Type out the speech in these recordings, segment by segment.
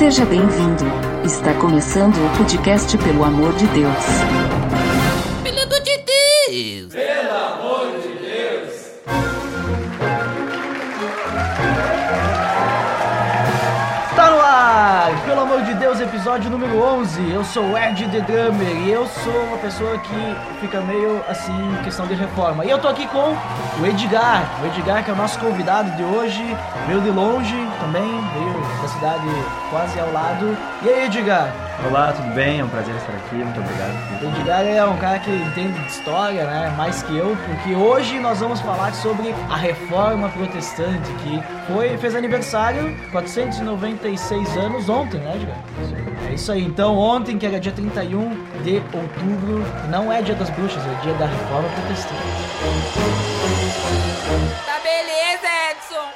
Seja bem-vindo. Está começando o podcast Pelo Amor de Deus. Pelo amor de Deus! Pelo amor de Deus! Tá no ar! Pelo amor de Deus, episódio número 11. Eu sou o Ed The Drummer e eu sou uma pessoa que fica meio assim em questão de reforma. E eu tô aqui com o Edgar. O Edgar, que é o nosso convidado de hoje, veio de longe também, veio da cidade quase ao lado. E aí, Edgar? Olá, tudo bem? É um prazer estar aqui, muito obrigado. O Edgar é um cara que entende de história, né? Mais que eu, porque hoje nós vamos falar sobre a Reforma Protestante, que fez aniversário, 496 anos ontem, né, Edgar? É isso aí. Então, ontem, que era dia 31 de outubro, não é dia das bruxas, é dia da Reforma Protestante. Tá beleza, Edson!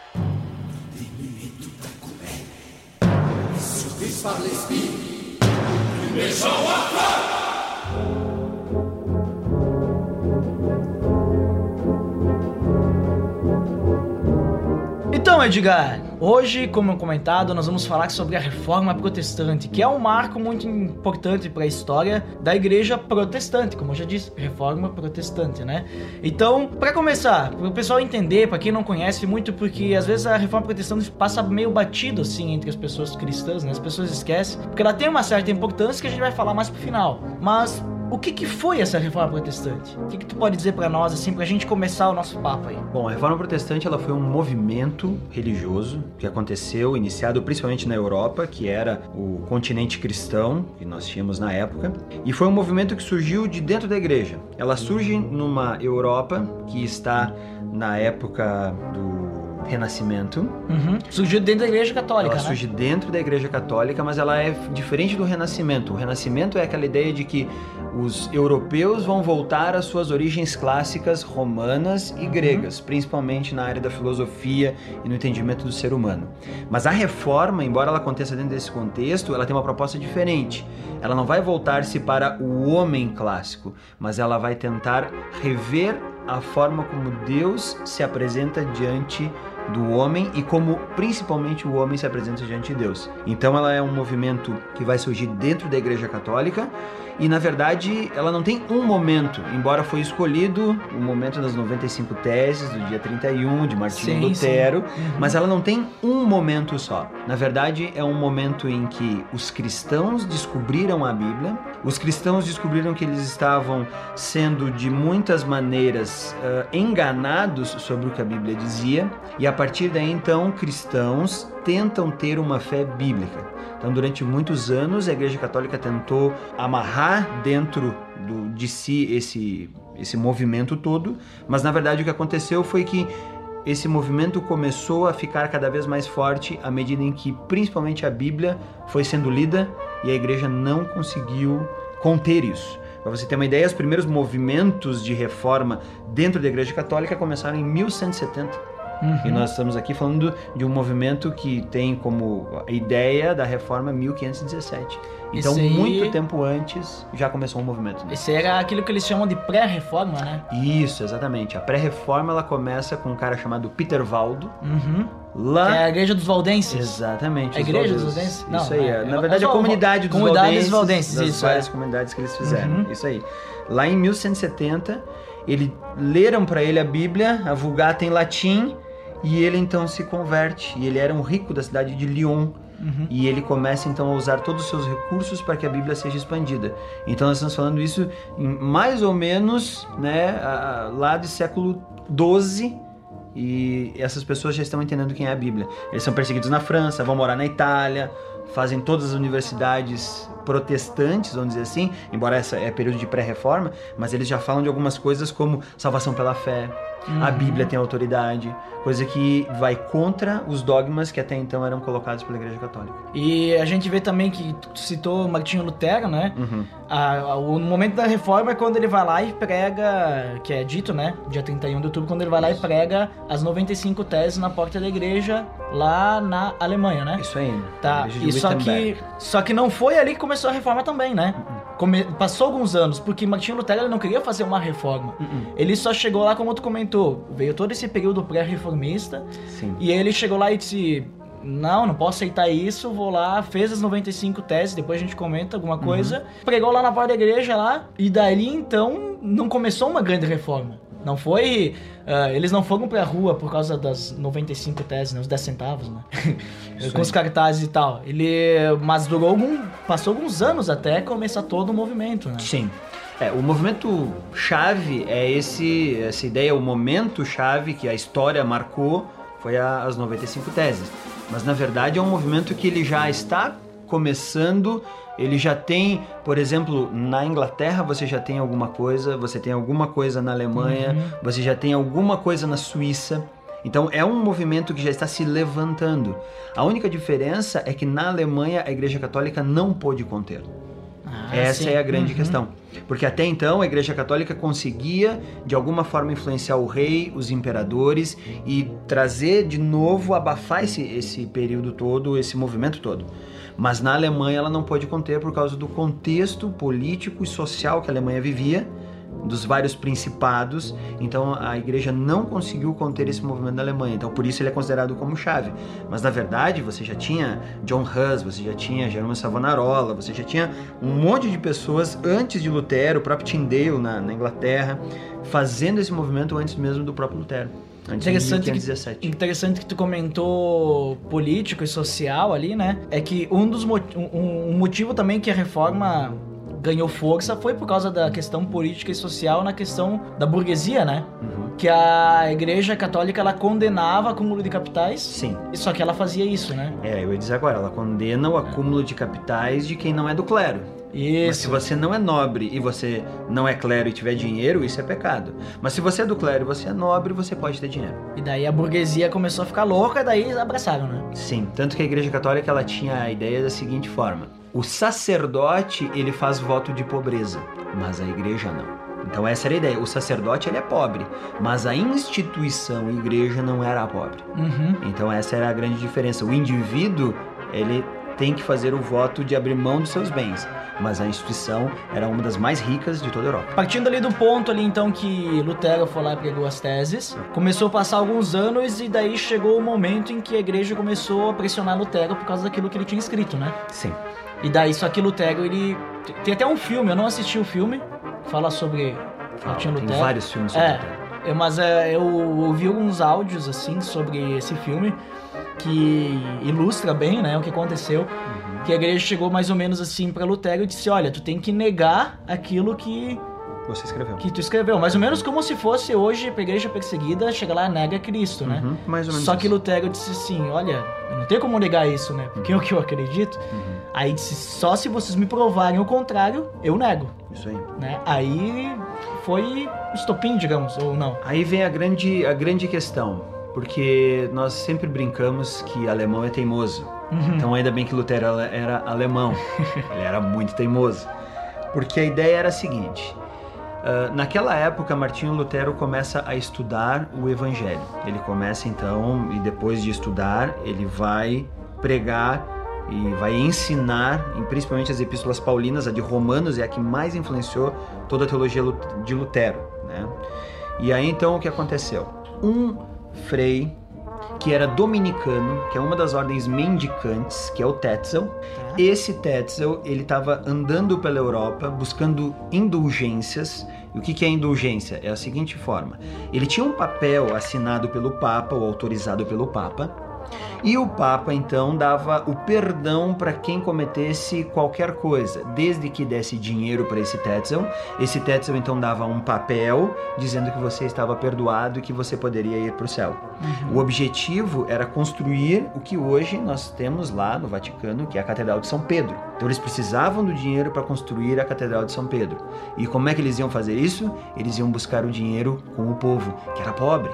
Então, Edgar, hoje, como comentado, nós vamos falar sobre a Reforma Protestante, que é um marco muito importante para a história da Igreja Protestante, como eu já disse, Reforma Protestante, né? Então, para começar, para o pessoal entender, para quem não conhece muito, porque às vezes a Reforma Protestante passa meio batido, assim, entre as pessoas cristãs, né? As pessoas esquecem, porque ela tem uma certa importância que a gente vai falar mais pro final, mas... o que foi essa Reforma Protestante? O que tu pode dizer pra nós, assim, pra gente começar o nosso papo aí? Bom, a Reforma Protestante ela foi um movimento religioso que aconteceu, iniciado principalmente na Europa, que era o continente cristão que nós tínhamos na época, e foi um movimento que surgiu de dentro da igreja. Ela surge numa Europa que está na época do Renascimento. Surgiu dentro da Igreja Católica, Ela surge dentro da Igreja Católica, mas ela é diferente do Renascimento. O Renascimento é aquela ideia de que os europeus vão voltar às suas origens clássicas romanas e gregas, principalmente na área da filosofia e no entendimento do ser humano. Mas a Reforma, embora ela aconteça dentro desse contexto, ela tem uma proposta diferente. Ela não vai voltar-se para o homem clássico, mas ela vai tentar rever a forma como Deus se apresenta diante do homem e como principalmente o homem se apresenta diante de Deus. Então ela é um movimento que vai surgir dentro da Igreja Católica e na verdade ela não tem um momento, embora foi escolhido o momento das 95 teses do dia 31 de Martinho Lutero, mas ela não tem um momento só. Na verdade é um momento em que os cristãos descobriram a Bíblia, os cristãos descobriram que eles estavam sendo de muitas maneiras enganados sobre o que a Bíblia dizia, e a partir daí então cristãos tentam ter uma fé bíblica. Então durante muitos anos a Igreja Católica tentou amarrar dentro de si esse movimento todo, mas na verdade o que aconteceu foi que esse movimento começou a ficar cada vez mais forte à medida em que principalmente a Bíblia foi sendo lida e a Igreja não conseguiu conter isso. Para você ter uma ideia, os primeiros movimentos de reforma dentro da Igreja Católica começaram em 1170. E nós estamos aqui falando de um movimento que tem como ideia da reforma 1517. Então, muito tempo antes, já começou um movimento. Esse era aquilo que eles chamam de pré-reforma, né? Isso, exatamente. A pré-reforma, ela começa com um cara chamado Peter Valdo. Lá... É a Igreja dos Valdenses. Exatamente. A Igreja dos Valdenses? Não, isso aí. Na verdade, a comunidade dos Valdenses. Das várias comunidades que eles fizeram. Isso aí. Lá em 1170, leram para ele a Bíblia, a Vulgata em latim, e ele então se converte. E ele era um rico da cidade de Lyon. E ele começa então a usar todos os seus recursos para que a Bíblia seja expandida. Então nós estamos falando isso em mais ou menos, né, lá do século XII. E essas pessoas já estão entendendo quem é a Bíblia. Eles são perseguidos na França, vão morar na Itália, fazem todas as universidades protestantes, vamos dizer assim, embora essa é período de pré-reforma, mas eles já falam de algumas coisas como salvação pela fé, a Bíblia tem autoridade, coisa que vai contra os dogmas que até então eram colocados pela Igreja Católica. E a gente vê também que tu citou Martinho Lutero, né? O momento da reforma é quando ele vai lá e prega, que é dito, né? Dia 31 de outubro, quando ele vai lá e prega as 95 teses na porta da igreja lá na Alemanha, né? Isso aí. Tá, e só que não foi ali que começou a reforma também, né? Passou alguns anos, porque Martinho Lutero ele não queria fazer uma reforma. Ele só chegou lá, como tu comentou, veio todo esse período pré-reformista. Sim. E ele chegou lá e disse... não posso aceitar isso, vou lá, fez as 95 teses, depois a gente comenta alguma coisa, pregou lá na porta da igreja lá, e dali então não começou uma grande reforma. Não foi... eles não foram pra rua por causa das 95 teses, né? Os 10 centavos, né? Com os cartazes e tal. Mas passou alguns anos até começar todo o movimento, né? Sim. O movimento chave é essa ideia, o momento chave que a história marcou foi as 95 teses. Mas na verdade é um movimento que ele já está começando, ele já tem, por exemplo, na Inglaterra você já tem alguma coisa, você tem alguma coisa na Alemanha, você já tem alguma coisa na Suíça. Então é um movimento que já está se levantando. A única diferença é que na Alemanha a Igreja Católica não pôde conter. Essa é a grande questão. Porque até então a Igreja Católica conseguia de alguma forma influenciar o rei, os imperadores e trazer de novo, abafar esse período todo, esse movimento todo. Mas na Alemanha ela não pôde conter por causa do contexto político e social que a Alemanha vivia, dos vários principados. Então a igreja não conseguiu conter esse movimento na Alemanha, então por isso ele é considerado como chave. Mas na verdade você já tinha John Hus, você já tinha Jerônimo Savonarola, você já tinha um monte de pessoas antes de Lutero, o próprio Tyndale na Inglaterra, fazendo esse movimento antes mesmo do próprio Lutero. Interessante que tu comentou político e social ali, né? É que um motivo também que a reforma ganhou força foi por causa da questão política e social na questão da burguesia, né? Que a Igreja Católica, ela condenava acúmulo de capitais. Sim. Só que ela fazia isso, né? Eu ia dizer agora, ela condena o acúmulo de capitais de quem não é do clero. Isso. Mas se você não é nobre e você não é clero e tiver dinheiro, isso é pecado. Mas se você é do clero e você é nobre, você pode ter dinheiro. E daí a burguesia começou a ficar louca, daí abraçaram, né? Sim, tanto que a Igreja Católica ela tinha a ideia da seguinte forma: o sacerdote ele faz voto de pobreza, mas a igreja não. Então essa era a ideia, o sacerdote ele é pobre, mas a instituição, a igreja não era pobre. Então essa era a grande diferença. O indivíduo ele tem que fazer o voto de abrir mão dos seus bens, mas a instituição era uma das mais ricas de toda a Europa. Partindo ali do ponto ali então que Lutero foi lá e pregou as teses, começou a passar alguns anos e daí chegou o momento em que a igreja começou a pressionar Lutero por causa daquilo que ele tinha escrito, né? Sim. E daí só que Lutero, ele... Tem até um filme, eu não assisti o filme, fala sobre Martinho Lutero. Tem vários filmes sobre Lutero. Mas eu ouvi alguns áudios assim sobre esse filme que ilustra bem, né, o que aconteceu. Que a igreja chegou mais ou menos assim para Lutero e disse: olha, tu tem que negar aquilo que você escreveu. Que tu escreveu. Mais ou menos como se fosse hoje a igreja perseguida chega lá e nega Cristo, né? Mais ou menos. Só que Lutero disse assim: olha, eu não tenho como negar isso, né? Porque é o que eu acredito. Aí disse: só se vocês me provarem o contrário, eu nego. Isso aí. Né? Aí foi estopim, digamos, ou não. Aí vem a grande questão, porque nós sempre brincamos que alemão é teimoso. Então ainda bem que Lutero era alemão. Ele era muito teimoso. Porque a ideia era a seguinte: naquela época, Martinho Lutero começa a estudar o Evangelho. Ele começa então, e depois de estudar, ele vai pregar e vai ensinar, principalmente as epístolas paulinas, a de Romanos é a que mais influenciou toda a teologia de Lutero, né? E aí então o que aconteceu? Um frei que era dominicano, que é uma das ordens mendicantes, que é o Tetzel. Esse Tetzel, ele estava andando pela Europa buscando indulgências. E o que é indulgência? É a seguinte forma: ele tinha um papel assinado pelo Papa, ou autorizado pelo Papa, e o Papa então dava o perdão para quem cometesse qualquer coisa, desde que desse dinheiro para esse Tetzel. Esse Tetzel então dava um papel dizendo que você estava perdoado e que você poderia ir para o céu. O objetivo era construir o que hoje nós temos lá no Vaticano, que é a Catedral de São Pedro. Então eles precisavam do dinheiro para construir a Catedral de São Pedro. E como é que eles iam fazer isso? Eles iam buscar o dinheiro com o povo, que era pobre.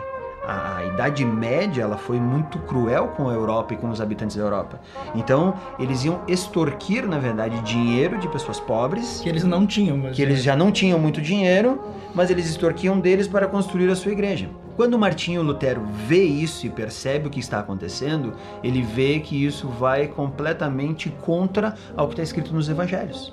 A Idade Média ela foi muito cruel com a Europa e com os habitantes da Europa. Então, eles iam extorquir, na verdade, dinheiro de pessoas pobres. Que eles não tinham. Mas... Que eles já não tinham muito dinheiro, mas eles extorquiam deles para construir a sua igreja. Quando Martinho Lutero vê isso e percebe o que está acontecendo, ele vê que isso vai completamente contra ao que está escrito nos evangelhos.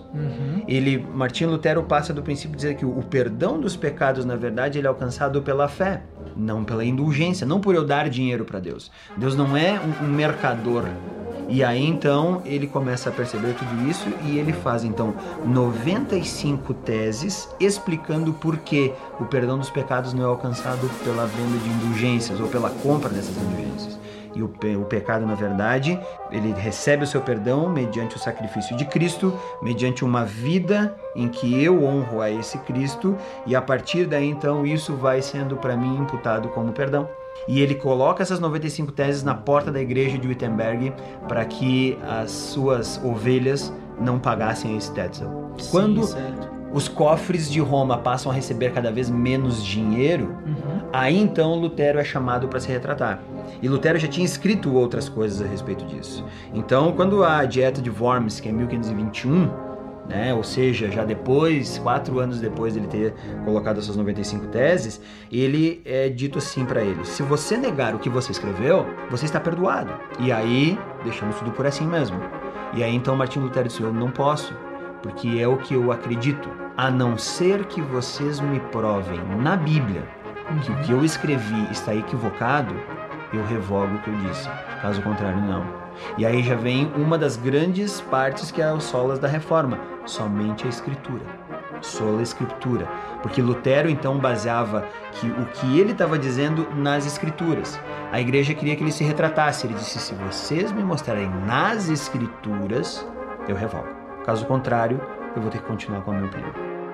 Martinho Lutero passa do princípio de dizer que o perdão dos pecados, na verdade, ele é alcançado pela fé. não pela indulgência, não por eu dar dinheiro para Deus. Deus não é um mercador. E aí então ele começa a perceber tudo isso e ele faz então 95 teses explicando por que o perdão dos pecados não é alcançado pela venda de indulgências ou pela compra dessas indulgências. E o pecado, na verdade, ele recebe o seu perdão mediante o sacrifício de Cristo, mediante uma vida em que eu honro a esse Cristo, e a partir daí, então, isso vai sendo para mim imputado como perdão. E ele coloca essas 95 teses na porta da igreja de Wittenberg para que as suas ovelhas não pagassem esse Tetzel. Quando os cofres de Roma passam a receber cada vez menos dinheiro, aí então Lutero é chamado para se retratar. E Lutero já tinha escrito outras coisas a respeito disso. Então, quando a Dieta de Worms, que é 1521, né, ou seja, já depois, 4 anos depois dele ter colocado essas 95 teses, ele é dito assim para ele: se você negar o que você escreveu, você está perdoado. E aí, deixamos tudo por assim mesmo. E aí então Martinho Lutero disse: eu não posso, porque é o que eu acredito, a não ser que vocês me provem na Bíblia que o que eu escrevi está equivocado, eu revogo o que eu disse. Caso contrário, não. E aí já vem uma das grandes partes que é o solas da Reforma: somente a Escritura. Sola Escritura. Porque Lutero então baseava o que ele estava dizendo nas Escrituras. A igreja queria que ele se retratasse. Ele disse: se vocês me mostrarem nas Escrituras, eu revogo. Caso contrário, eu vou ter que continuar com a minha opinião.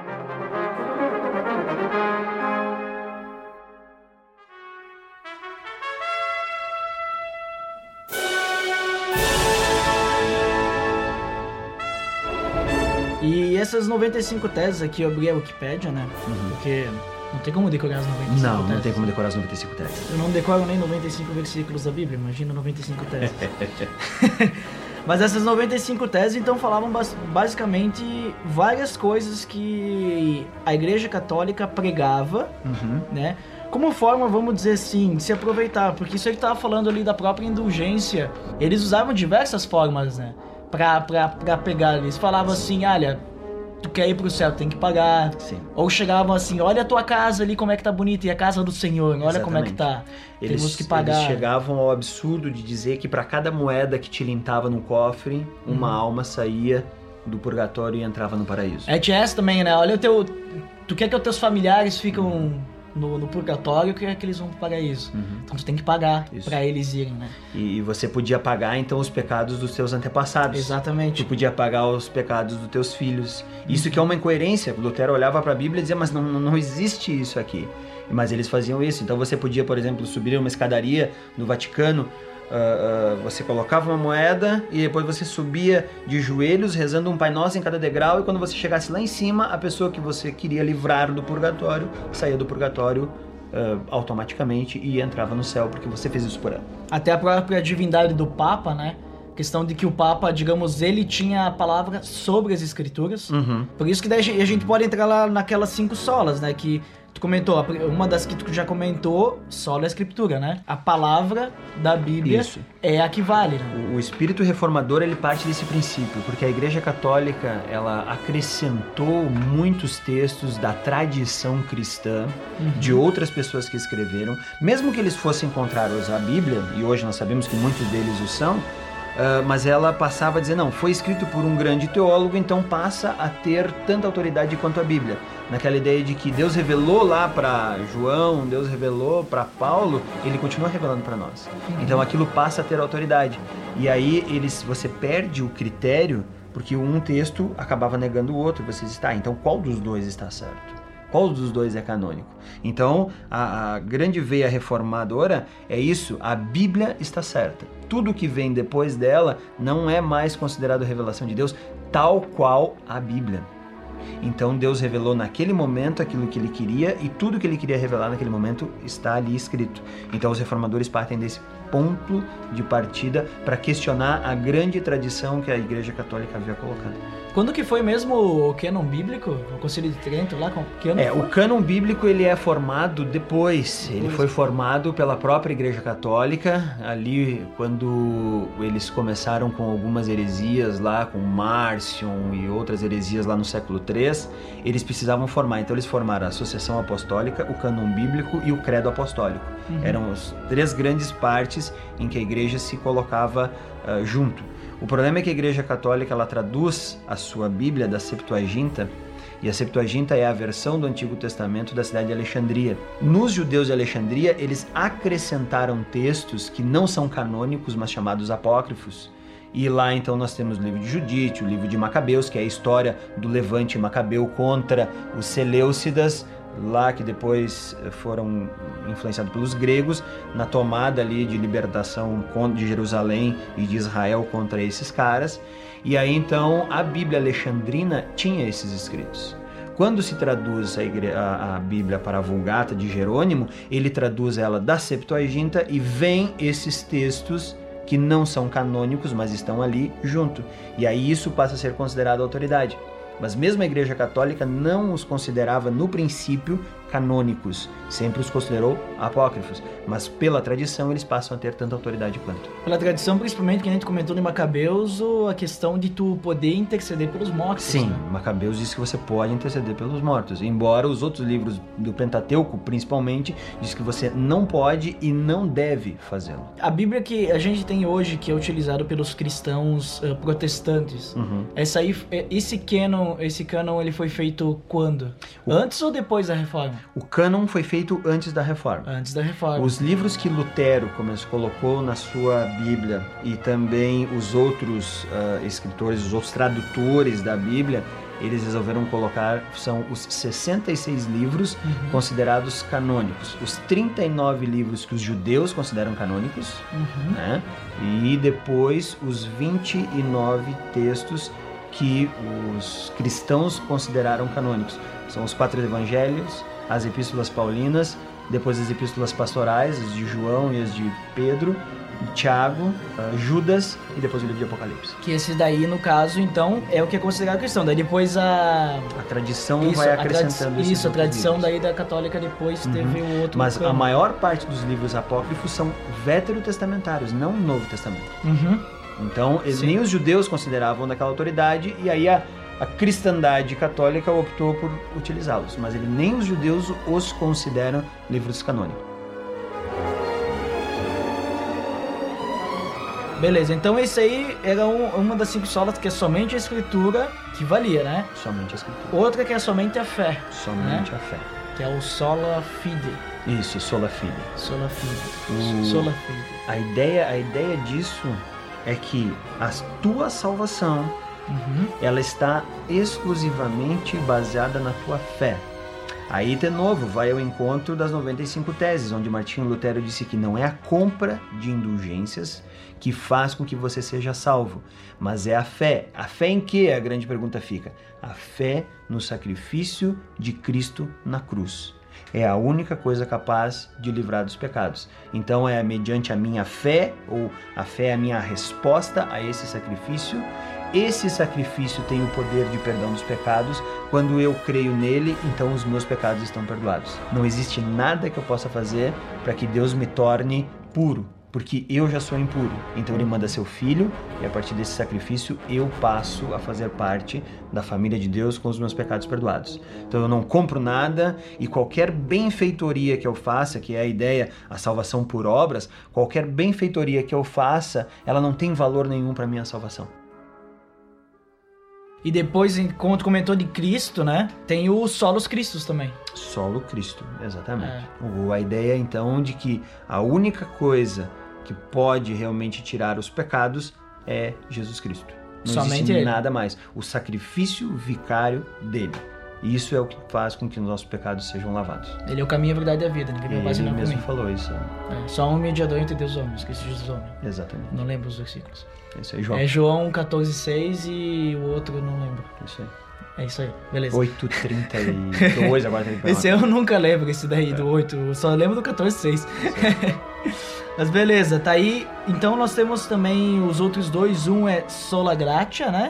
E essas 95 teses aqui, eu abri a Wikipédia, né? Porque não tem como decorar as 95 teses. Não tem como decorar as 95 teses. Eu não decoro nem 95 versículos da Bíblia, imagina 95 teses. Mas essas 95 teses, então, falavam basicamente várias coisas que a Igreja Católica pregava, né? Como forma, vamos dizer assim, de se aproveitar. Porque isso ele estava falando ali da própria indulgência. Eles usavam diversas formas, né? Pra pegar. Eles falavam assim: olha, tu quer ir pro céu, tem que pagar. Sim. Ou chegavam assim: olha a tua casa ali como é que tá bonita, e a casa do Senhor, olha Exatamente. Como é que tá. Temos que pagar. Eles chegavam ao absurdo de dizer que para cada moeda que tilintava no cofre, uma alma saía do purgatório e entrava no paraíso. É tinha essa também, né? Olha tu quer que os teus familiares ficam no purgatório, que é que eles vão pro paraíso. Então tu tem que pagar para eles irem, né? E você podia pagar então os pecados dos teus antepassados. Exatamente. Tu podia pagar os pecados dos teus filhos. Isso que é uma incoerência. Lutero olhava para a Bíblia e dizia: mas não existe isso aqui. Mas eles faziam isso. Então você podia, por exemplo, subir uma escadaria no Vaticano. Você colocava uma moeda e depois você subia de joelhos rezando um Pai Nosso em cada degrau, e quando você chegasse lá em cima, a pessoa que você queria livrar do purgatório saía do purgatório automaticamente e entrava no céu, porque você fez isso por ela. Até a própria divindade do Papa, né? Questão de que o Papa, digamos, ele tinha a palavra sobre as Escrituras. Por isso que daí a gente pode entrar lá naquelas 5 solas, né? Que tu comentou, uma das que tu já comentou, sola a Escritura, né? A palavra da Bíblia é a que vale, né? O espírito reformador, ele parte desse princípio, porque a Igreja Católica, ela acrescentou muitos textos da tradição cristã, de outras pessoas que escreveram, mesmo que eles fossem contrários à Bíblia, e hoje nós sabemos que muitos deles o são, mas ela passava a dizer: não, foi escrito por um grande teólogo, então passa a ter tanta autoridade quanto a Bíblia. Naquela ideia de que Deus revelou lá para João, Deus revelou para Paulo, ele continua revelando para nós. Então aquilo passa a ter autoridade. E aí você perde o critério, porque um texto acabava negando o outro. Você diz: tá, então qual dos dois está certo? Qual dos dois é canônico? Então, a grande veia reformadora é isso: a Bíblia está certa. Tudo que vem depois dela não é mais considerado revelação de Deus, tal qual a Bíblia. Então Deus revelou naquele momento aquilo que ele queria, e tudo que ele queria revelar naquele momento está ali escrito. Então os reformadores partem desse ponto de partida para questionar a grande tradição que a Igreja Católica havia colocado. Quando que foi mesmo o cânon bíblico? O Concílio de Trento lá? Que ano foi? O cânon bíblico ele é formado depois. Ele foi formado pela própria Igreja Católica, ali quando eles começaram com algumas heresias lá, com Marcion e outras heresias lá no século III, eles precisavam formar. Então eles formaram a Associação Apostólica, o cânon bíblico e o Credo Apostólico. Eram as 3 grandes partes em que a Igreja se colocava junto. O problema é que a Igreja Católica ela traduz a sua Bíblia da Septuaginta, e a Septuaginta é a versão do Antigo Testamento da cidade de Alexandria. Nos judeus de Alexandria, eles acrescentaram textos que não são canônicos, mas chamados apócrifos. E lá então nós temos o livro de Judite, o livro de Macabeus, que é a história do levante macabeu contra os Seleucidas, lá que depois foram influenciados pelos gregos, na tomada ali de libertação de Jerusalém e de Israel contra esses caras. E aí então a Bíblia alexandrina tinha esses escritos. Quando se traduz a Bíblia para a Vulgata de Jerônimo, ele traduz ela da Septuaginta e vem esses textos que não são canônicos, mas estão ali junto. E aí isso passa a ser considerado autoridade. Mas mesmo a Igreja Católica não os considerava no princípio canônicos, sempre os considerou apócrifos, mas pela tradição eles passam a ter tanta autoridade quanto. Pela tradição, principalmente, que a gente comentou em Macabeus, a questão de tu poder interceder pelos mortos. Sim, né? Macabeus diz que você pode interceder pelos mortos, embora os outros livros do Pentateuco, principalmente, diz que você não pode e não deve fazê-lo. A Bíblia que a gente tem hoje, que é utilizado pelos cristãos protestantes, esse cânon ele foi feito quando? Antes ou depois da Reforma? O cânon foi feito antes da Reforma. Antes da Reforma. Os livros que Lutero colocou na sua Bíblia e também os outros escritores, os outros tradutores da Bíblia, eles resolveram colocar, são os 66 livros considerados canônicos. Os 39 livros que os judeus consideram canônicos, né? E depois os 29 textos que os cristãos consideraram canônicos. São os 4 evangelhos, as epístolas paulinas, depois as epístolas pastorais, as de João e as de Pedro, Tiago, Judas e depois o livro de Apocalipse. Que esse daí, no caso, então, é o que é considerado cristão. Daí depois a tradição vai acrescentando a tradição daí da católica depois teve o outro. Mas a maior parte dos livros apócrifos são veterotestamentários, não o Novo Testamento. Então, nem os judeus consideravam daquela autoridade, e aí a cristandade católica optou por utilizá-los, mas nem os judeus os consideram livros canônicos. Beleza, então esse aí era uma das 5 solas que é somente a escritura que valia, né? Somente a escritura. Outra que é somente a fé. Somente a fé. Que é o sola fide. Isso, sola fide. Sola fide. Sola fide. A ideia disso é que a tua salvação ela está exclusivamente baseada na tua fé. Aí, de novo, vai ao encontro das 95 teses, onde Martinho Lutero disse que não é a compra de indulgências que faz com que você seja salvo, mas é a fé. A fé em que? A grande pergunta fica. A fé no sacrifício de Cristo na cruz. É a única coisa capaz de livrar dos pecados. Então é mediante a minha fé, ou a fé é a minha resposta a esse sacrifício. Esse sacrifício tem o poder de perdão dos pecados. Quando eu creio nele, então os meus pecados estão perdoados. Não existe nada que eu possa fazer para que Deus me torne puro, porque eu já sou impuro. Então ele manda seu filho e a partir desse sacrifício eu passo a fazer parte da família de Deus com os meus pecados perdoados. Então eu não compro nada e qualquer benfeitoria que eu faça, que é a ideia, a salvação por obras, qualquer benfeitoria que eu faça, ela não tem valor nenhum para minha salvação. E depois, como tu comentou de Cristo, né? Tem o Solos Christus também. Solo Cristo, exatamente. A ideia, então, de que a única coisa que pode realmente tirar os pecados é Jesus Cristo. Não Somente existe ele. Nada mais. O sacrifício vicário dele. Isso é o que faz com que os nossos pecados sejam lavados. Ele é o caminho, a verdade e a vida. Ninguém vai Ele não mesmo comigo. falou isso. Só um mediador entre Deus e os homens, Cristo Jesus homem. Exatamente. Não lembro os versículos. Isso aí, João. É João 14,6 e o outro eu não lembro. Isso aí. É isso aí, beleza. 8:32, agora tem que Esse eu nunca lembro, esse daí do 8. Eu só lembro do 14,6. Mas beleza, tá aí. Então nós temos também os outros dois. Um é Sola Gratia, né?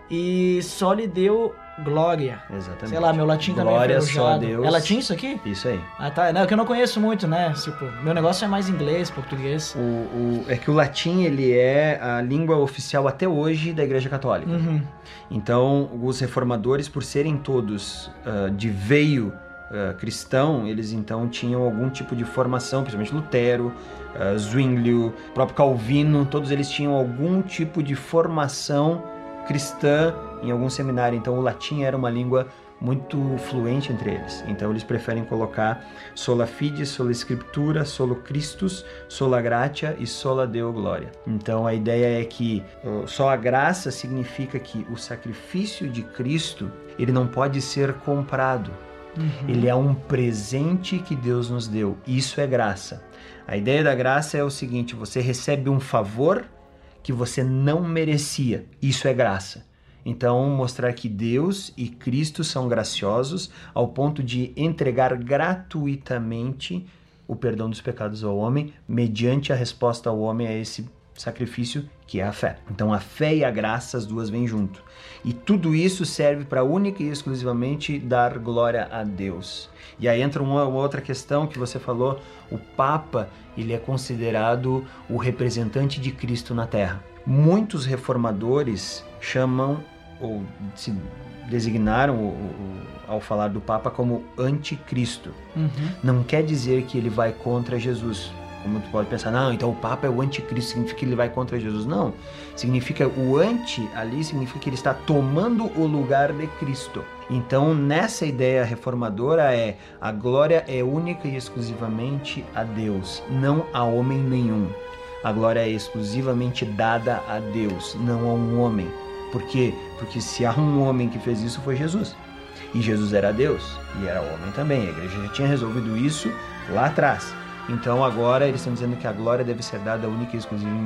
e só lhe deu glória. Exatamente. Sei lá, meu latim também é Glória enferrujado. só a Deus. É latim isso aqui? Isso aí. Ah, tá. Não, é que eu não conheço muito, né? Tipo, meu negócio é mais inglês, português. É que o latim, ele é a língua oficial até hoje da Igreja Católica. Uhum. Então, os reformadores, por serem todos de veio cristão, eles então tinham algum tipo de formação, principalmente Lutero, Zwinglio, próprio Calvino, todos eles tinham algum tipo de formação cristã em algum seminário. Então, o latim era uma língua muito fluente entre eles. Então, eles preferem colocar sola fide, sola scriptura, solo Christus, sola gratia e sola Deo gloria. Então, a ideia é que só a graça significa que o sacrifício de Cristo, ele não pode ser comprado. Uhum. Ele é um presente que Deus nos deu. Isso é graça. A ideia da graça é o seguinte: você recebe um favor que você não merecia. Isso é graça. Então, mostrar que Deus e Cristo são graciosos ao ponto de entregar gratuitamente o perdão dos pecados ao homem, mediante a resposta ao homem a esse sacrifício que é a fé. Então, a fé e a graça, as duas vêm junto. E tudo isso serve para única e exclusivamente dar glória a Deus. E aí entra uma outra questão que você falou: o Papa, ele é considerado o representante de Cristo na Terra. Muitos reformadores chamam ou se designaram ao falar do Papa como anticristo. Uhum. Não quer dizer que ele vai contra Jesus. Como tu pode pensar, não, então o Papa é o anticristo, significa que ele vai contra Jesus. Não, significa o anti ali, significa que ele está tomando o lugar de Cristo. Então, nessa ideia reformadora a glória é única e exclusivamente a Deus, não a homem nenhum. A glória é exclusivamente dada a Deus, não a um homem. Por quê? Porque se há um homem que fez isso, foi Jesus. E Jesus era Deus e era homem também. A igreja já tinha resolvido isso lá atrás. Então agora eles estão dizendo que a glória deve ser dada única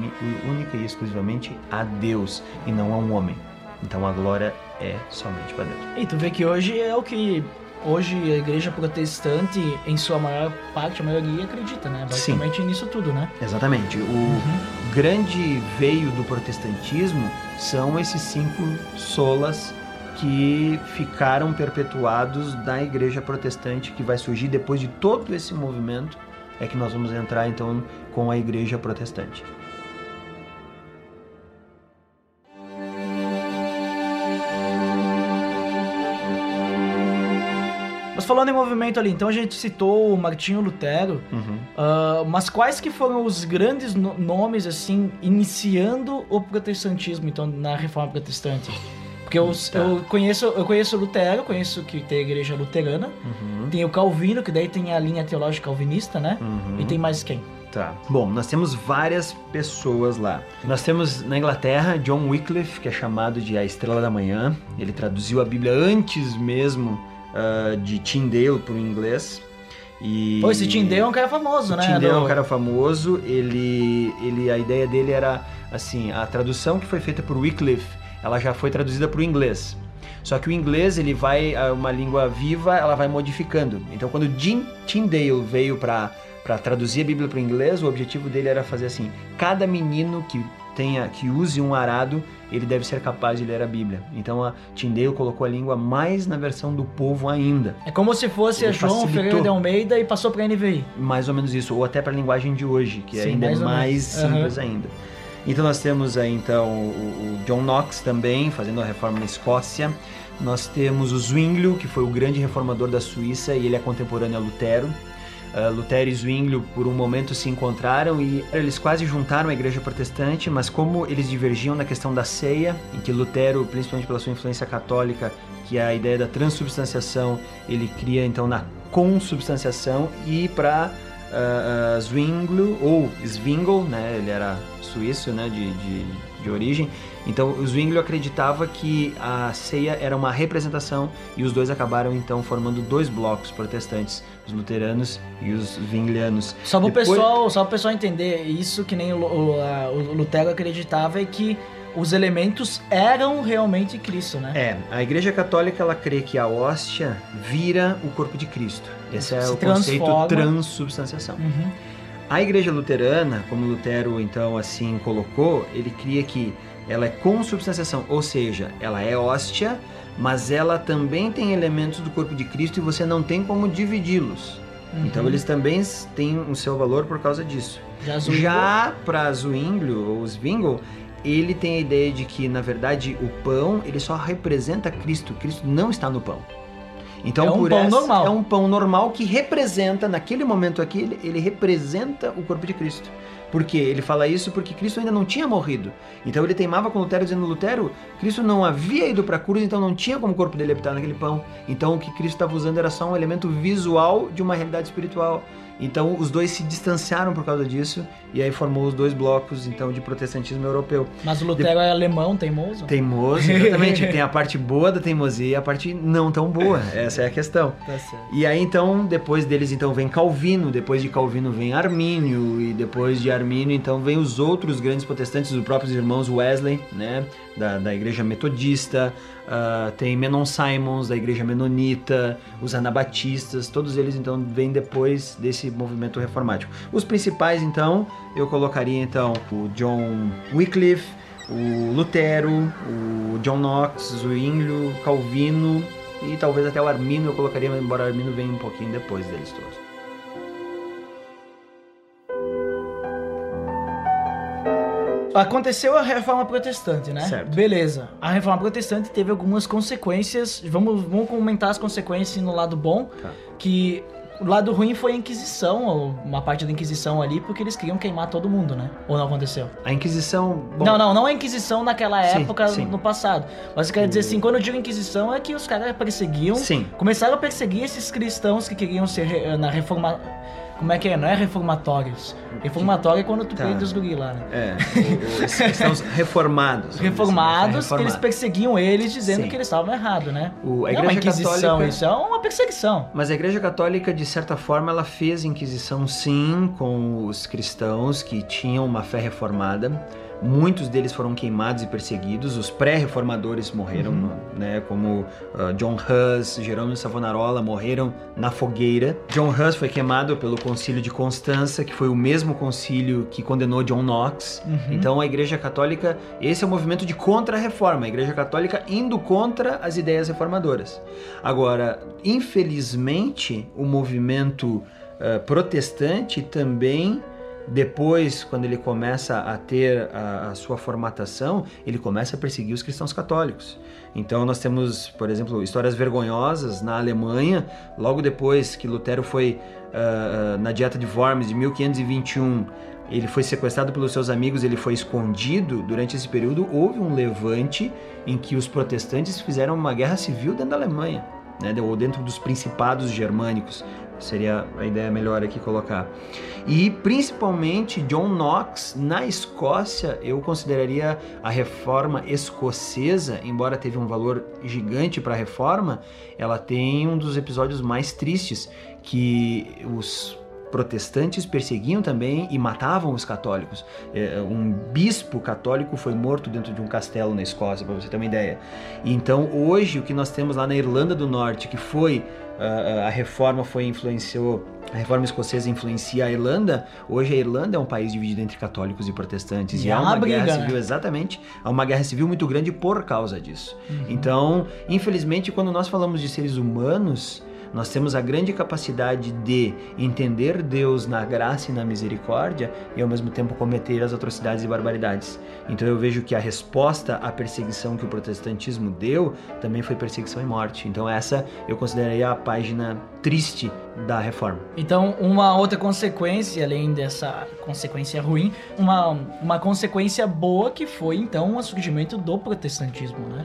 e exclusivamente a Deus e não a um homem. Então a glória é somente para Deus. E tu vê que hoje é o que hoje a igreja protestante, em sua maior parte, a maioria acredita, né? Basicamente Sim. nisso tudo, né? Exatamente. O grande veio do protestantismo são esses 5 solas que ficaram perpetuados da igreja protestante, que vai surgir depois de todo esse movimento. É que nós vamos entrar então com a igreja protestante. Mas falando em movimento ali, então a gente citou o Martinho Lutero, mas quais que foram os grandes nomes assim iniciando o protestantismo então na Reforma Protestante? Porque eu conheço Lutero, conheço que tem a igreja luterana, tem o Calvino, que daí tem a linha teológica calvinista, né? E tem mais quem? Tá. Bom, nós temos várias pessoas lá. Nós temos na Inglaterra John Wycliffe, que é chamado de a Estrela da Manhã. Ele traduziu a Bíblia antes mesmo de Tyndale para o inglês. E esse Tyndale é um cara famoso, né? Tyndale é um cara famoso. A ideia dele era assim, a tradução que foi feita por Wycliffe, ela já foi traduzida para o inglês. Só que o inglês, ele vai, uma língua viva, ela vai modificando. Então, quando Tyndale veio para traduzir a Bíblia para o inglês, o objetivo dele era fazer assim: cada menino que use um arado, ele deve ser capaz de ler a Bíblia. Então, a Tyndale colocou a língua mais na versão do povo ainda. É como se fosse a João Ferreira de Almeida e passou para a NVI. Mais ou menos isso, ou até para a linguagem de hoje, que ainda é mais simples ainda. Então nós temos aí então o John Knox também, fazendo a reforma na Escócia. Nós temos o Zwinglio, que foi o grande reformador da Suíça, e ele é contemporâneo a Lutero. Lutero e Zwinglio por um momento se encontraram e eles quase juntaram a igreja protestante, mas como eles divergiam na questão da ceia, em que Lutero, principalmente pela sua influência católica, que é a ideia da transubstanciação, ele cria então na consubstanciação, e para Zwinglio, ou Zwingle, né, ele era suíço, né, de origem. Então o Zwinglio acreditava que a ceia era uma representação, e os dois acabaram então formando 2 blocos protestantes, os luteranos e os zwinglianos. Só para o pessoal entender, isso que nem o Lutero acreditava, é que os elementos eram realmente Cristo, né? A Igreja Católica, ela crê que a hóstia vira o corpo de Cristo. Esse é o conceito transubstanciação. A Igreja Luterana, como Lutero então assim colocou, ele cria que ela é consubstanciação, ou seja, ela é hóstia, mas ela também tem elementos do corpo de Cristo e você não tem como dividi-los. Então eles também têm o seu valor por causa disso. Já para Zwinglio, ou Zwingle, ele tem a ideia de que, na verdade, o pão, ele só representa Cristo. Cristo não está no pão. Então, é um pão normal. É um pão normal que representa, naquele momento aqui, ele representa o corpo de Cristo. Por quê? Ele fala isso porque Cristo ainda não tinha morrido. Então ele teimava com Lutero, dizendo: Lutero, Cristo não havia ido para a cruz, então não tinha como o corpo dele habitar naquele pão. Então o que Cristo estava usando era só um elemento visual de uma realidade espiritual. Então os dois se distanciaram por causa disso, e aí formou os dois blocos então de protestantismo europeu. Mas o Lutero é alemão, teimoso? Teimoso, exatamente. Tem a parte boa da teimosia e a parte não tão boa. Essa é a questão. Tá certo. E aí então, depois deles então vem Calvino, depois de Calvino vem Armínio, e depois de Armínio então vem os outros grandes protestantes, os próprios irmãos Wesley, né, da igreja metodista, tem Menon Simons, da igreja menonita, os anabatistas, todos eles então vêm depois desse movimento reformático. Os principais então, eu colocaria então o John Wycliffe, o Lutero, o John Knox, Zwinglio, Calvino e talvez até o Armínio eu colocaria, embora o Armínio venha um pouquinho depois deles todos. Aconteceu a Reforma Protestante, né? Certo. Beleza. A Reforma Protestante teve algumas consequências. Vamos comentar as consequências no lado bom. Tá. Que o lado ruim foi a Inquisição, ou uma parte da Inquisição ali, porque eles queriam queimar todo mundo, né? Ou não aconteceu? A Inquisição... Bom, Não a Inquisição naquela época, sim. no passado. Mas quer dizer assim, quando eu digo Inquisição é que os caras perseguiam... Sim. Começaram a perseguir esses cristãos que queriam ser na reforma... Como é que é? Não é reformatórios. Reformatório é quando tu prende os guri lá, né? Esses são os reformados. Reformados, que eles perseguiam eles dizendo Sim. que eles estavam errados, né? A Igreja não é uma Inquisição, Católica... isso é uma perseguição. Mas a Igreja Católica, de certa forma, ela fez Inquisição, sim, com os cristãos que tinham uma fé reformada. Muitos deles foram queimados e perseguidos. Os pré-reformadores morreram, né, como John Hus, Jerônimo Savonarola, morreram na fogueira. John Hus foi queimado pelo Concílio de Constança, que foi o mesmo concílio que condenou John Knox. Então a Igreja Católica, esse é o movimento de contra-reforma, a Igreja Católica indo contra as ideias reformadoras. Agora, infelizmente, o movimento protestante também... Depois, quando ele começa a ter a sua formatação, ele começa a perseguir os cristãos católicos. Então nós temos, por exemplo, histórias vergonhosas na Alemanha, logo depois que Lutero foi na Dieta de Worms de 1521, ele foi sequestrado pelos seus amigos, ele foi escondido. Durante esse período houve um levante em que os protestantes fizeram uma guerra civil dentro da Alemanha, né, ou dentro dos principados germânicos. Seria a ideia melhor aqui colocar. E principalmente John Knox na Escócia, eu consideraria a reforma escocesa, embora teve um valor gigante para a reforma, ela tem um dos episódios mais tristes, que os protestantes perseguiam também e matavam os católicos. Um bispo católico foi morto dentro de um castelo na Escócia, para você ter uma ideia. Então hoje o que nós temos lá na Irlanda do Norte, que foi a reforma a reforma escocesa influencia a Irlanda. Hoje a Irlanda é um país dividido entre católicos e protestantes, e há uma guerra civil, exatamente, há uma guerra civil muito grande por causa disso. Então, infelizmente, quando nós falamos de seres humanos, nós temos a grande capacidade de entender Deus na graça e na misericórdia e ao mesmo tempo cometer as atrocidades e barbaridades. Então eu vejo que a resposta à perseguição que o protestantismo deu também foi perseguição e morte. Então essa eu consideraria a página triste da reforma. Então uma outra consequência, além dessa consequência ruim, uma consequência boa que foi então o surgimento do protestantismo, né?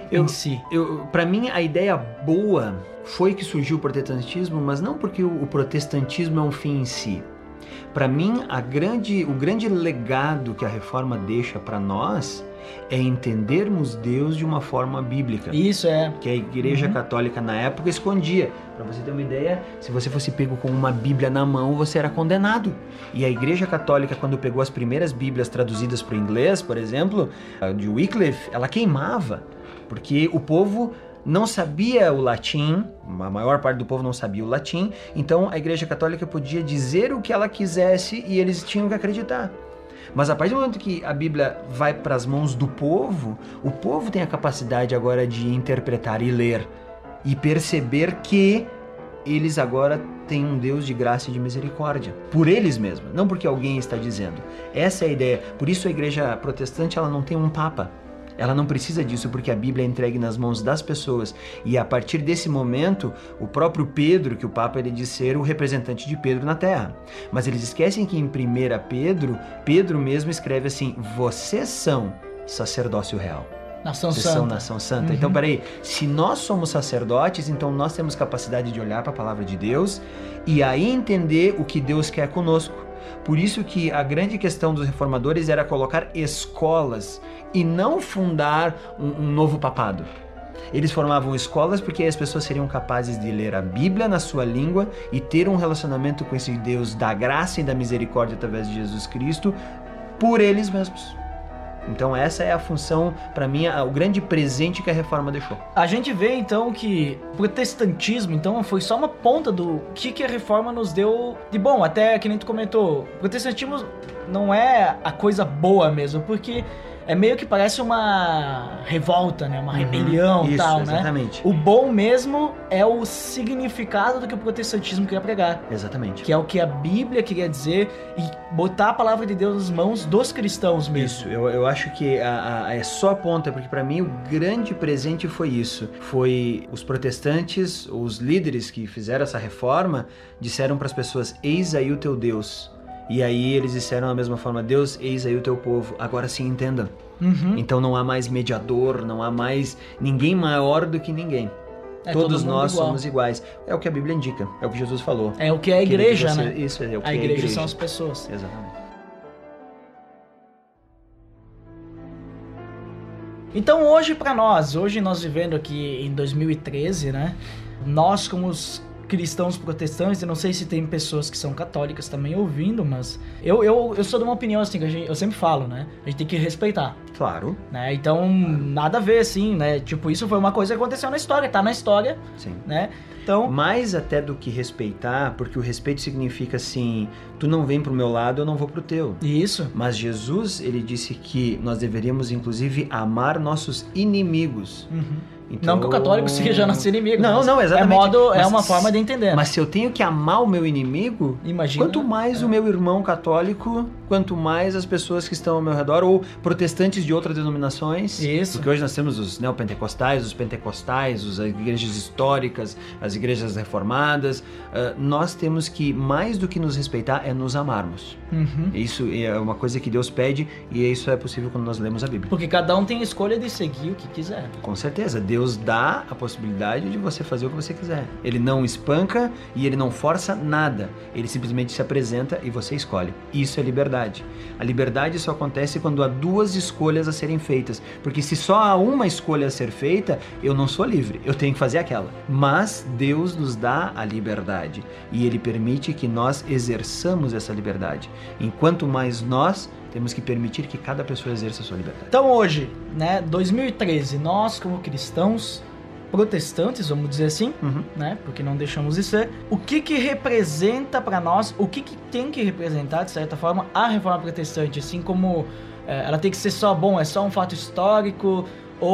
Para mim, a ideia boa foi que surgiu o protestantismo, mas não porque o protestantismo é um fim em si. Para mim, o grande legado que a reforma deixa para nós é entendermos Deus de uma forma bíblica. Isso é. Que a Igreja Católica na época escondia. Para você ter uma ideia, se você fosse pego com uma Bíblia na mão, você era condenado. E a Igreja Católica, quando pegou as primeiras Bíblias traduzidas para o inglês, por exemplo, a de Wycliffe, ela queimava. Porque o povo não sabia o latim, a maior parte do povo não sabia o latim, então a Igreja Católica podia dizer o que ela quisesse e eles tinham que acreditar. Mas a partir do momento que a Bíblia vai para as mãos do povo, o povo tem a capacidade agora de interpretar e ler e perceber que eles agora têm um Deus de graça e de misericórdia, por eles mesmos, não porque alguém está dizendo. Essa é a ideia. Por isso a Igreja Protestante ela não tem um papa. Ela não precisa disso porque a Bíblia é entregue nas mãos das pessoas. E a partir desse momento, o próprio Pedro, que o Papa ele diz ser o representante de Pedro na Terra. Mas eles esquecem que em 1 Pedro, Pedro mesmo escreve assim: vocês são sacerdócio real. Nação Vocês Santa. são nação santa. Então, peraí, se nós somos sacerdotes, então nós temos capacidade de olhar para a palavra de Deus e aí entender o que Deus quer conosco. Por isso que a grande questão dos reformadores era colocar escolas e não fundar um novo papado. Eles formavam escolas porque as pessoas seriam capazes de ler a Bíblia na sua língua e ter um relacionamento com esse Deus da graça e da misericórdia através de Jesus Cristo por eles mesmos. Então essa é a função, para mim, o grande presente que a reforma deixou. A gente vê então que o protestantismo então foi só uma ponta do que a reforma nos deu de bom. Até que nem tu comentou, o protestantismo não é a coisa boa mesmo, porque é meio que parece uma revolta, né? Uma rebelião e tal, exatamente. Né? O bom mesmo é o significado do que o protestantismo queria pregar. Exatamente. Que é o que a Bíblia queria dizer e botar a palavra de Deus nas mãos dos cristãos mesmo. Isso, eu acho que é só a ponta, porque para mim o grande presente foi isso. Foi os protestantes, os líderes que fizeram essa reforma, disseram para as pessoas: eis aí o teu Deus. E aí eles disseram da mesma forma: Deus, eis aí o teu povo, agora sim entenda. Então não há mais mediador, não há mais ninguém maior do que ninguém. Todos nós somos iguais. É o que a Bíblia indica, é o que Jesus falou. É o que é a igreja, né? Isso, é o que a igreja são as pessoas. Exatamente. Então hoje nós vivendo aqui em 2013, né? Nós como os cristãos protestantes, eu não sei se tem pessoas que são católicas também ouvindo, mas eu sou de uma opinião assim, que eu sempre falo, né? A gente tem que respeitar. Claro. Né? Então, nada a ver, assim, né? Tipo, isso foi uma coisa que aconteceu na história, tá na história. Sim. Né? Então... Mais até do que respeitar, porque o respeito significa assim: tu não vem pro meu lado, eu não vou pro teu. Isso. Mas Jesus, ele disse que nós deveríamos, inclusive, amar nossos inimigos. Então... Não que o católico seja nosso inimigo. Não, exatamente. É uma forma de entender. Mas se eu tenho que amar o meu inimigo, imagina, quanto mais o meu irmão católico, quanto mais as pessoas que estão ao meu redor, ou protestantes de outras denominações. Isso. Porque hoje nós temos os neopentecostais, os pentecostais, as igrejas históricas, as igrejas reformadas. Nós temos que, mais do que nos respeitar, é nos amarmos. Isso é uma coisa que Deus pede, e isso é possível quando nós lemos a Bíblia. Porque cada um tem a escolha de seguir o que quiser. Com certeza. Deus dá a possibilidade de você fazer o que você quiser. Ele não espanca e ele não força nada. Ele simplesmente se apresenta e você escolhe. Isso é liberdade. A liberdade só acontece quando há duas escolhas a serem feitas. Porque se só há uma escolha a ser feita, eu não sou livre. Eu tenho que fazer aquela. Mas Deus nos dá a liberdade. E Ele permite que nós exerçamos essa liberdade. Enquanto mais nós temos que permitir que cada pessoa exerça a sua liberdade. Então hoje, né, 2013, nós como cristãos protestantes, vamos dizer assim, né, porque não deixamos de ser, o que representa para nós, o que tem que representar, de certa forma, a reforma protestante, assim como ela tem que ser só é só um fato histórico,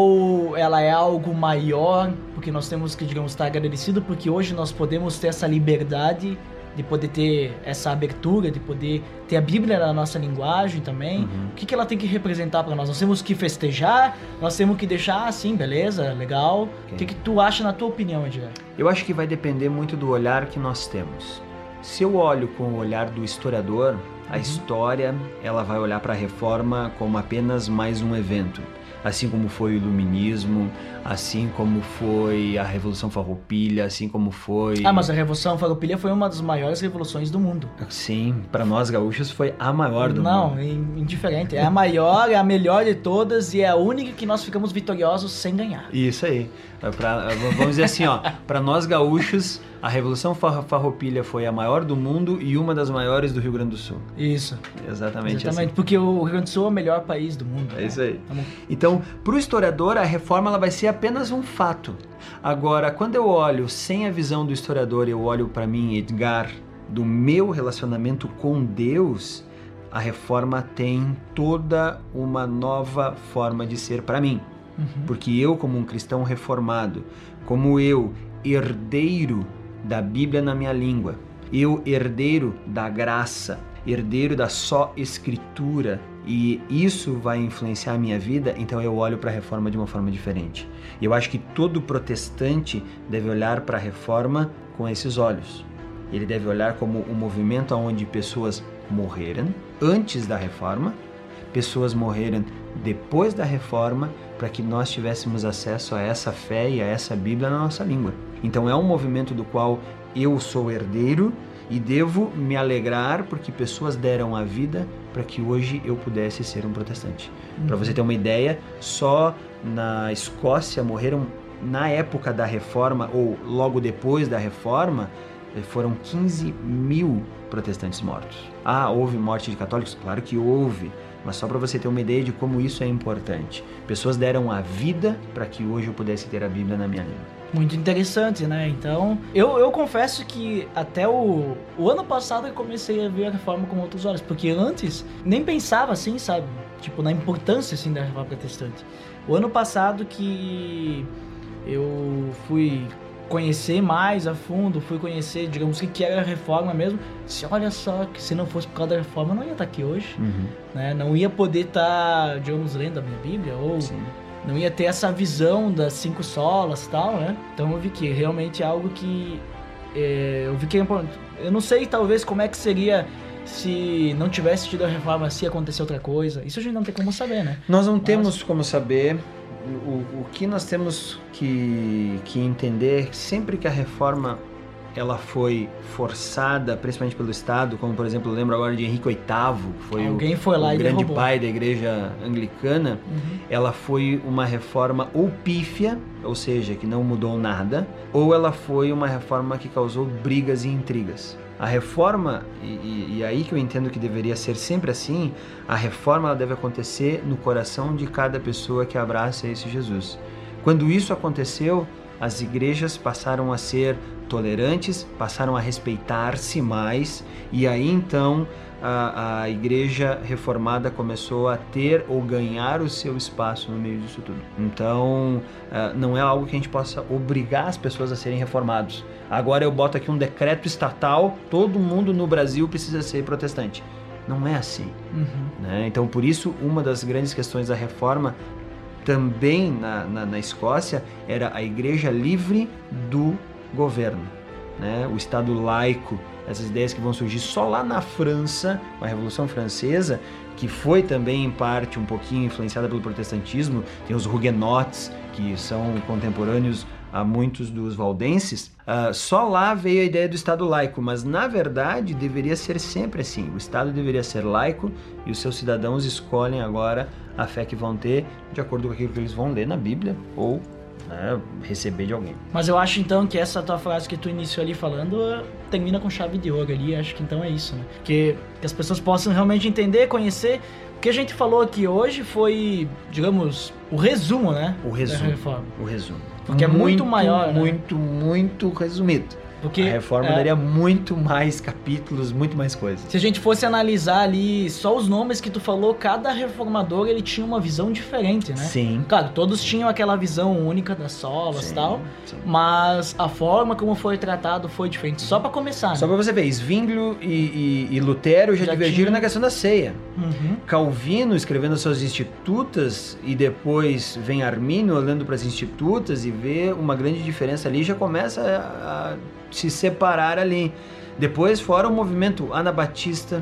ou ela é algo maior, porque nós temos que, digamos, estar agradecido, porque hoje nós podemos ter essa liberdade de poder ter essa abertura, de poder ter a Bíblia na nossa linguagem também. O que ela tem que representar para nós? Nós temos que festejar? Nós temos que deixar assim, beleza, legal? Okay. O que tu acha, na tua opinião, Edgar? Eu acho que vai depender muito do olhar que nós temos. Se eu olho com o olhar do historiador, a história ela vai olhar para a Reforma como apenas mais um evento. Assim como foi o Iluminismo, assim como foi a Revolução Farroupilha, assim como foi... mas a Revolução Farroupilha foi uma das maiores revoluções do mundo. Sim, para nós gaúchos foi a maior do mundo. Não, indiferente. É a maior, é a melhor de todas e é a única que nós ficamos vitoriosos sem ganhar. Isso aí. Vamos dizer assim, para nós gaúchos, a Revolução Farroupilha foi a maior do mundo e uma das maiores do Rio Grande do Sul. Isso. Exatamente assim. Porque o Rio Grande do Sul é o melhor país do mundo. É isso aí. Então, Então, para o historiador, a reforma ela vai ser apenas um fato. Agora, quando eu olho sem a visão do historiador, eu olho para mim, Edgar, do meu relacionamento com Deus, a reforma tem toda uma nova forma de ser para mim. Porque eu, como um cristão reformado, como eu, herdeiro da Bíblia na minha língua, eu, herdeiro da graça, herdeiro da só escritura, e isso vai influenciar a minha vida, então eu olho para a reforma de uma forma diferente. E eu acho que todo protestante deve olhar para a reforma com esses olhos. Ele deve olhar como um movimento onde pessoas morreram antes da reforma, pessoas morreram depois da reforma, para que nós tivéssemos acesso a essa fé e a essa Bíblia na nossa língua. Então é um movimento do qual eu sou herdeiro e devo me alegrar porque pessoas deram a vida para que hoje eu pudesse ser um protestante. Para você ter uma ideia, só na Escócia morreram na época da reforma ou logo depois da reforma, foram 15 mil protestantes mortos. Ah, houve morte de católicos? Claro que houve, mas só para você ter uma ideia de como isso é importante. Pessoas deram a vida para que hoje eu pudesse ter a Bíblia na minha língua. Muito interessante, né? Então, eu confesso que até o ano passado eu comecei a ver a reforma com outros olhos, porque antes nem pensava assim, sabe? Tipo, na importância assim da reforma protestante. O ano passado que eu fui conhecer mais a fundo, fui conhecer, digamos, o que era a reforma mesmo. Olha só, que se não fosse por causa da reforma, eu não ia estar aqui hoje, né? Não ia poder estar, digamos, lendo a minha Bíblia, ou não ia ter essa visão das 5 solas e tal, né? Então eu vi que realmente é algo que eu vi que é importante. Eu não sei, talvez, como é que seria se não tivesse tido a reforma, se acontecer outra coisa. Isso a gente não tem como saber, né? Nós não temos como saber. O que nós temos que entender, sempre que a reforma ela foi forçada, principalmente pelo Estado, como por exemplo, eu lembro agora de Henrique VIII, que foi o grande pai da igreja anglicana, ela foi uma reforma ou pífia, ou seja, que não mudou nada, ou ela foi uma reforma que causou brigas e intrigas. A reforma, e aí que eu entendo que deveria ser sempre assim, a reforma ela deve acontecer no coração de cada pessoa que abraça esse Jesus. Quando isso aconteceu, as igrejas passaram a ser tolerantes, passaram a respeitar-se mais, e aí então a igreja reformada começou a ter ou ganhar o seu espaço no meio disso tudo. Então, não é algo que a gente possa obrigar as pessoas a serem reformados. Agora eu boto aqui um decreto estatal, todo mundo no Brasil precisa ser protestante. Não é assim. Né? Então, por isso, uma das grandes questões da reforma também na Escócia era a igreja livre do governo, né? O Estado laico, essas ideias que vão surgir só lá na França, com a Revolução Francesa, que foi também em parte um pouquinho influenciada pelo protestantismo. Tem os huguenotes, que são contemporâneos a muitos dos valdenses. Só lá veio a ideia do Estado laico, mas na verdade deveria ser sempre assim. O Estado deveria ser laico e os seus cidadãos escolhem agora a fé que vão ter de acordo com aquilo que eles vão ler na Bíblia ou receber de alguém. Mas eu acho então que essa tua frase que tu iniciou ali falando termina com chave de ouro ali. Acho que então é isso, né? Que as pessoas possam realmente entender, conhecer. O que a gente falou aqui hoje foi, digamos, o resumo, né? O resumo. Da reforma. O resumo. Porque é muito maior, né? Muito resumido. Porque a reforma daria muito mais capítulos, muito mais coisas. Se a gente fosse analisar ali só os nomes que tu falou, cada reformador ele tinha uma visão diferente, né? Sim. Claro, todos tinham aquela visão única das solas e tal, mas a forma como foi tratado foi diferente. Só pra começar, né? Só pra você ver, Zwinglio e Lutero já divergiram na questão da ceia. Calvino escrevendo as suas Institutas e depois vem Armínio olhando para as Institutas e vê uma grande diferença ali, já começa a se separar ali. Depois, fora o movimento anabatista,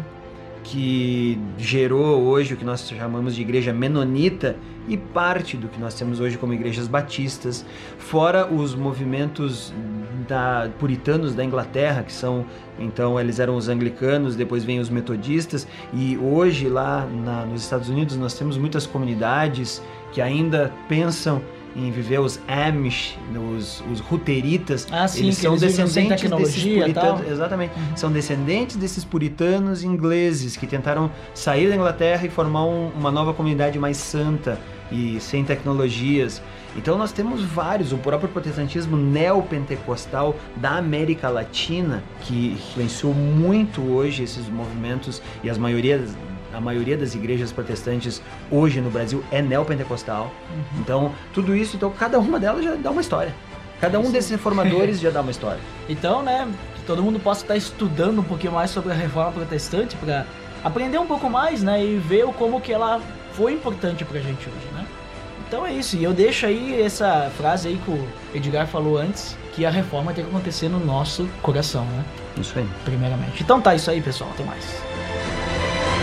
que gerou hoje o que nós chamamos de igreja menonita e parte do que nós temos hoje como igrejas batistas, fora os movimentos puritanos da Inglaterra, que são, então, eles eram os anglicanos, depois vem os metodistas, e hoje lá nos Estados Unidos nós temos muitas comunidades que ainda pensam em viver os Amish, os Ruteritas. Eles são descendentes desses puritanos. Exatamente. São descendentes desses puritanos ingleses que tentaram sair da Inglaterra e formar uma nova comunidade mais santa. e sem tecnologias. Então nós temos vários, o próprio protestantismo neopentecostal da América Latina, que influenciou muito hoje esses movimentos, e a maioria das igrejas protestantes hoje no Brasil é neopentecostal. Então, tudo isso, cada uma delas já dá uma história. Cada um desses reformadores já dá uma história. Então, né, que todo mundo possa estar estudando um pouquinho mais sobre a Reforma Protestante para aprender um pouco mais, né, e ver como que ela foi importante pra gente hoje, né? Então é isso, e eu deixo aí essa frase aí que o Edgar falou antes, que a reforma tem que acontecer no nosso coração, né? Isso aí. Primeiramente. Então tá, isso aí, pessoal. Até mais.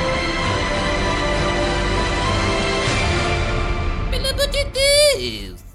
Pelo amor de Deus!